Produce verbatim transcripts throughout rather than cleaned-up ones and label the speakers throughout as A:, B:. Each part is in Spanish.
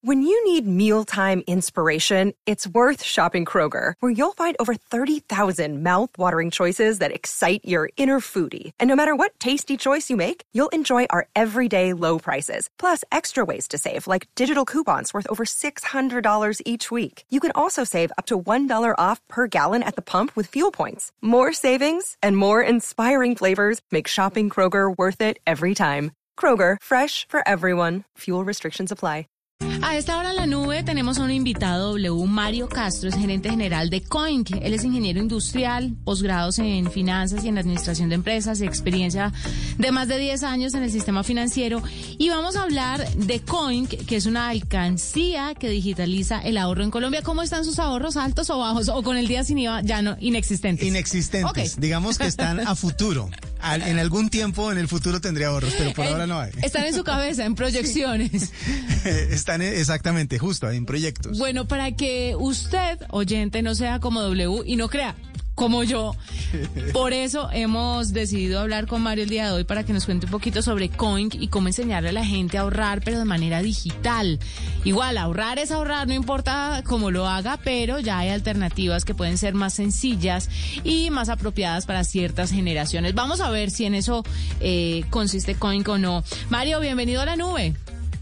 A: When you need mealtime inspiration, it's worth shopping Kroger, where you'll find over thirty thousand mouth-watering choices that excite your inner foodie. And no matter what tasty choice you make, you'll enjoy our everyday low prices, plus extra ways to save, like digital coupons worth over six hundred dollars each week. You can also save up to one dollar off per gallon at the pump with fuel points. More savings and more inspiring flavors make shopping Kroger worth it every time. Kroger, fresh for everyone. Fuel restrictions apply.
B: A esta hora en la nube tenemos a un invitado W, Mario Castro, es gerente general de Coinc. Él es ingeniero industrial, posgrados en finanzas y en administración de empresas, y experiencia de más de diez años en el sistema financiero. Y vamos a hablar de Coinc, que es una alcancía que digitaliza el ahorro en Colombia. ¿Cómo están sus ahorros, altos o bajos? ¿O con el día sin I V A ya no, inexistentes?
C: Inexistentes, okay. Digamos que están a futuro. Al, en algún tiempo en el futuro tendría ahorros, pero por eh, ahora no hay.
B: Están en su cabeza, en proyecciones.
C: Están exactamente, justo, en proyectos.
B: Bueno, para que usted, oyente, no sea como W y no crea como yo. Por eso hemos decidido hablar con Mario el día de hoy para que nos cuente un poquito sobre Coinc y cómo enseñarle a la gente a ahorrar, pero de manera digital. Igual, ahorrar es ahorrar, no importa cómo lo haga, pero ya hay alternativas que pueden ser más sencillas y más apropiadas para ciertas generaciones. Vamos a ver si en eso eh, consiste Coinc o no. Mario, bienvenido a la nube.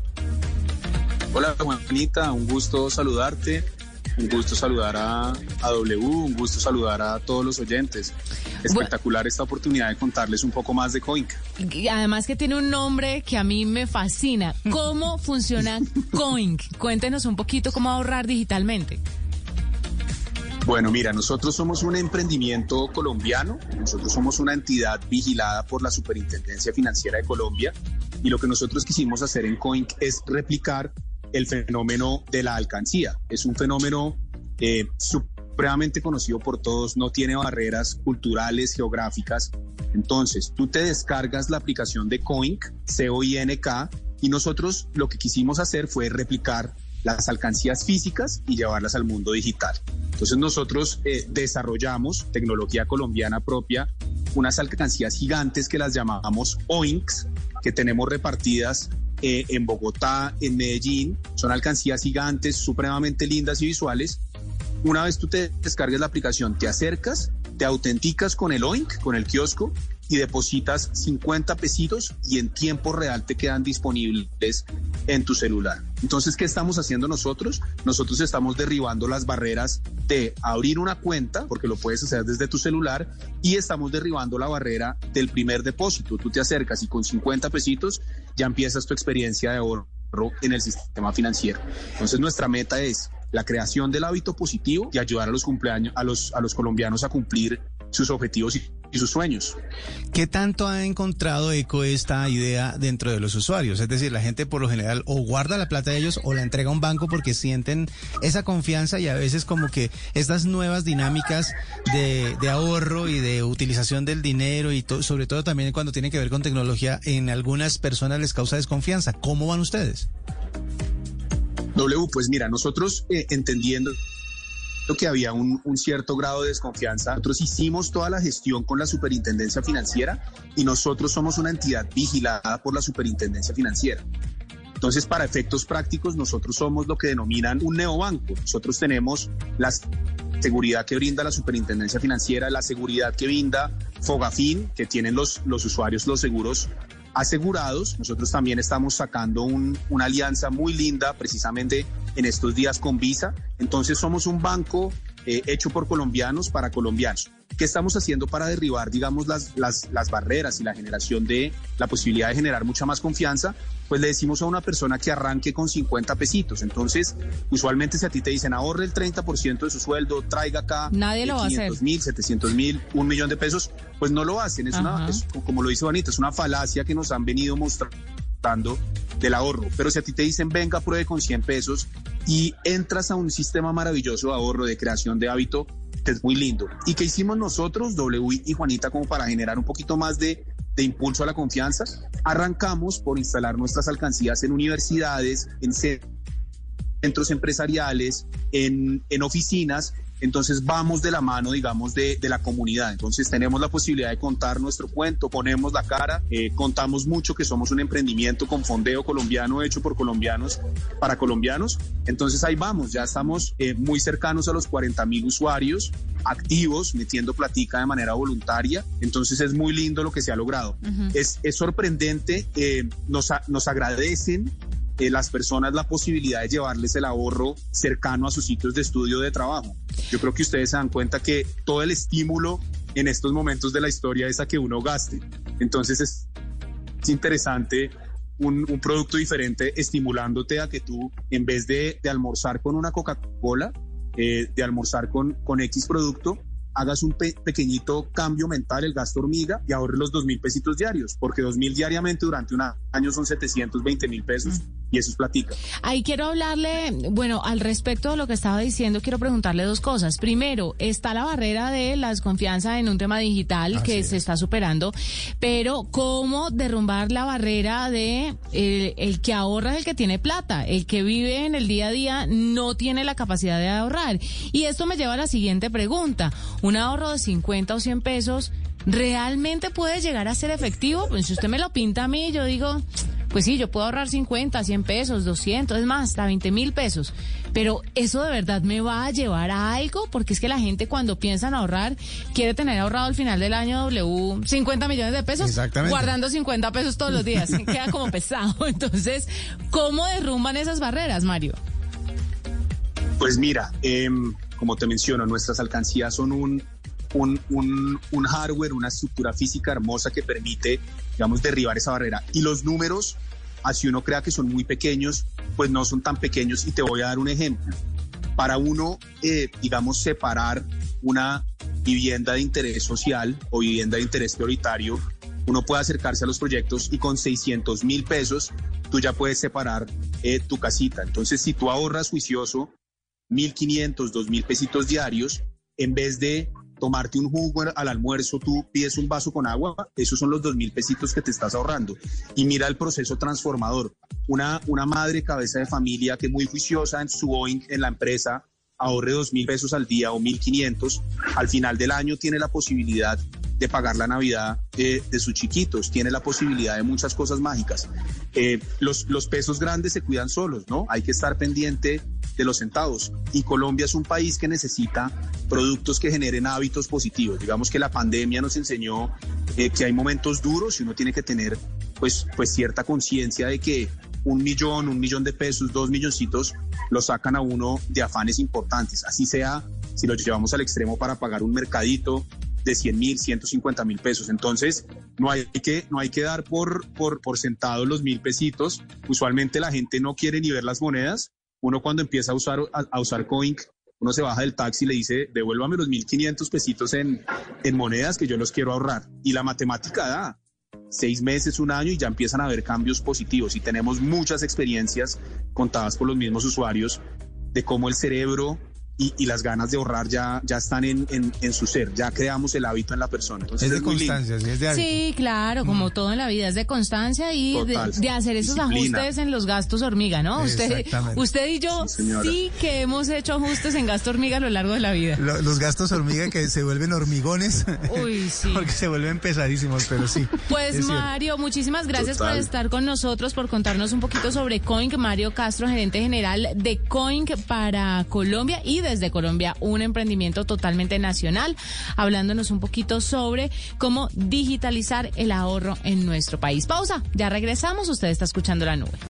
D: Hola, Juanita, un gusto saludarte. Un gusto saludar a, a W, un gusto saludar a todos los oyentes. Espectacular esta oportunidad de contarles un poco más de Coinc.
B: Además que tiene un nombre que a mí me fascina. ¿Cómo funciona Coinc? Cuéntenos un poquito cómo ahorrar digitalmente.
D: Bueno, mira, nosotros somos un emprendimiento colombiano, nosotros somos una entidad vigilada por la Superintendencia Financiera de Colombia, y lo que nosotros quisimos hacer en Coinc es replicar el fenómeno de la alcancía. Es un fenómeno eh, supremamente conocido por todos, no tiene barreras culturales, geográficas. Entonces, tú te descargas la aplicación de Coinc, C O I N K, y nosotros lo que quisimos hacer fue replicar las alcancías físicas y llevarlas al mundo digital. Entonces, nosotros eh, desarrollamos tecnología colombiana propia, unas alcancías gigantes que las llamamos OINCs, que tenemos repartidas Eh, en Bogotá, en Medellín. Son alcancías gigantes, supremamente lindas y visuales. Una vez tú te descargues la aplicación, te acercas, te autenticas con el OINC, con el kiosco, y depositas cincuenta pesitos y en tiempo real te quedan disponibles en tu celular. Entonces, ¿qué estamos haciendo nosotros? Nosotros estamos derribando las barreras de abrir una cuenta, porque lo puedes hacer desde tu celular, y estamos derribando la barrera del primer depósito. Tú te acercas y con cincuenta pesitos ya empiezas tu experiencia de ahorro en el sistema financiero. Entonces, nuestra meta es la creación del hábito positivo y ayudar a los cumpleaños, a los, a los colombianos a cumplir sus objetivos y, y sus sueños.
C: ¿Qué tanto ha encontrado eco esta idea dentro de los usuarios? Es decir, la gente por lo general o guarda la plata de ellos o la entrega a un banco porque sienten esa confianza, y a veces como que estas nuevas dinámicas de, de ahorro y de utilización del dinero, y to, sobre todo también cuando tiene que ver con tecnología, en algunas personas les causa desconfianza. ¿Cómo van ustedes?
D: W, pues mira, nosotros eh, entendiendo que había un, un cierto grado de desconfianza, nosotros hicimos toda la gestión con la Superintendencia Financiera, y nosotros somos una entidad vigilada por la Superintendencia Financiera. Entonces, para efectos prácticos, nosotros somos lo que denominan un neobanco. Nosotros tenemos la seguridad que brinda la Superintendencia Financiera, la seguridad que brinda Fogafín, que tienen los, los usuarios los seguros asegurados. Nosotros también estamos sacando un, una alianza muy linda precisamente en estos días con Visa. Entonces somos un banco eh, hecho por colombianos para colombianos. ¿Qué estamos haciendo para derribar, digamos, las, las, las barreras y la generación de la posibilidad de generar mucha más confianza? Pues le decimos a una persona que arranque con cincuenta pesitos. Entonces, usualmente si a ti te dicen ahorre el treinta por ciento de su sueldo, traiga acá
B: nadie lo va a hacer.
D: quinientos mil, setecientos mil, un millón de pesos, pues no lo hacen. Es una, es, como lo dice Juanita, es una falacia que nos han venido mostrando del ahorro. Pero si a ti te dicen venga, pruebe con cien pesos y entras a un sistema maravilloso de ahorro, de creación de hábito, que es muy lindo. ¿Y qué hicimos nosotros, W y Juanita, como para generar un poquito más de, de impulso a la confianza? Arrancamos por instalar nuestras alcancías en universidades, en centros empresariales, en, en oficinas, entonces vamos de la mano, digamos, de, de la comunidad. Entonces tenemos la posibilidad de contar nuestro cuento, ponemos la cara, eh, contamos mucho que somos un emprendimiento con fondeo colombiano hecho por colombianos para colombianos. Entonces ahí vamos, ya estamos eh, muy cercanos a los cuarenta mil usuarios activos, metiendo platica de manera voluntaria. Entonces es muy lindo lo que se ha logrado. Uh-huh. Es, es sorprendente, eh, nos, a, nos agradecen Eh, las personas la posibilidad de llevarles el ahorro cercano a sus sitios de estudio de trabajo. Yo creo que ustedes se dan cuenta que todo el estímulo en estos momentos de la historia es a que uno gaste. Entonces es, es interesante un, un producto diferente estimulándote a que tú, en vez de, de almorzar con una Coca-Cola, eh, de almorzar con, con X producto, hagas un pe- pequeñito cambio mental, el gasto hormiga, y ahorres los dos mil pesitos diarios, porque dos mil diariamente durante un año son setecientos veinte mil pesos. Mm. Y eso es platica.
B: Ahí quiero hablarle, bueno, al respecto de lo que estaba diciendo, quiero preguntarle dos cosas. Primero, está la barrera de la desconfianza en un tema digital Así que es. se está superando, pero ¿cómo derrumbar la barrera de el, el que ahorra es el que tiene plata? El que vive en el día a día no tiene la capacidad de ahorrar. Y esto me lleva a la siguiente pregunta. ¿Un ahorro de cincuenta o cien pesos realmente puede llegar a ser efectivo? Pues si usted me lo pinta a mí, yo digo... Pues sí, yo puedo ahorrar cincuenta, cien pesos, doscientos, es más, hasta veinte mil pesos. Pero ¿eso de verdad me va a llevar a algo? Porque es que la gente cuando piensa en ahorrar, quiere tener ahorrado al final del año W cincuenta millones de pesos, guardando cincuenta pesos todos los días. Queda como pesado. Entonces, ¿cómo derrumban esas barreras, Mario?
D: Pues mira, eh, como te menciono, nuestras alcancías son un... Un, un, un hardware, una estructura física hermosa que permite, digamos, derribar esa barrera. Y los números, así uno crea que son muy pequeños, pues no son tan pequeños. Y te voy a dar un ejemplo. Para uno, eh, digamos, separar una vivienda de interés social o vivienda de interés prioritario, uno puede acercarse a los proyectos y con seiscientos mil pesos tú ya puedes separar eh, tu casita. Entonces, si tú ahorras juicioso mil quinientos, dos mil pesitos diarios, en vez de tomarte un jugo al almuerzo, tú pides un vaso con agua, esos son los dos mil pesitos que te estás ahorrando. Y mira el proceso transformador. Una, una madre cabeza de familia que muy juiciosa en su Boeing en la empresa, ahorre dos mil pesos al día o mil quinientos, al final del año tiene la posibilidad de pagar la Navidad de, de sus chiquitos, tiene la posibilidad de muchas cosas mágicas. Eh, los, los pesos grandes se cuidan solos, ¿no? Hay que estar pendiente de los centavos. Y Colombia es un país que necesita productos que generen hábitos positivos. Digamos que la pandemia nos enseñó eh, que hay momentos duros y uno tiene que tener pues, pues cierta conciencia de que un millón, un millón de pesos, dos milloncitos lo sacan a uno de afanes importantes. Así sea, si lo llevamos al extremo para pagar un mercadito de cien mil, ciento cincuenta mil pesos. Entonces, no hay que, no hay que dar por, por, por sentado los mil pesitos. Usualmente la gente no quiere ni ver las monedas. Uno cuando empieza a usar, a, a usar Coink, uno se baja del taxi y le dice, devuélvame los mil quinientos pesitos en, en monedas que yo los quiero ahorrar. Y la matemática da seis meses, un año y ya empiezan a haber cambios positivos. Y tenemos muchas experiencias contadas por los mismos usuarios de cómo el cerebro y, y las ganas de ahorrar ya, ya están en, en, en su ser, ya creamos el hábito en la persona. Entonces,
C: es de
D: es
C: constancia, sí, es de hábito.
B: Sí, claro, como todo en la vida, es de constancia y de, de hacer esos Disciplina. ajustes en los gastos hormiga, ¿no? Usted, usted y yo sí, sí que hemos hecho ajustes en gasto hormiga a lo largo de la vida.
C: Lo, los gastos hormiga que se vuelven hormigones.
B: Uy, sí.
C: Porque se vuelven pesadísimos, pero sí.
B: Pues Mario, cierto. Muchísimas gracias Total. por estar con nosotros, por contarnos un poquito sobre Coink. Mario Castro, gerente general de Coink para Colombia y desde Colombia, un emprendimiento totalmente nacional, hablándonos un poquito sobre cómo digitalizar el ahorro en nuestro país. Pausa, ya regresamos, usted está escuchando La Nube.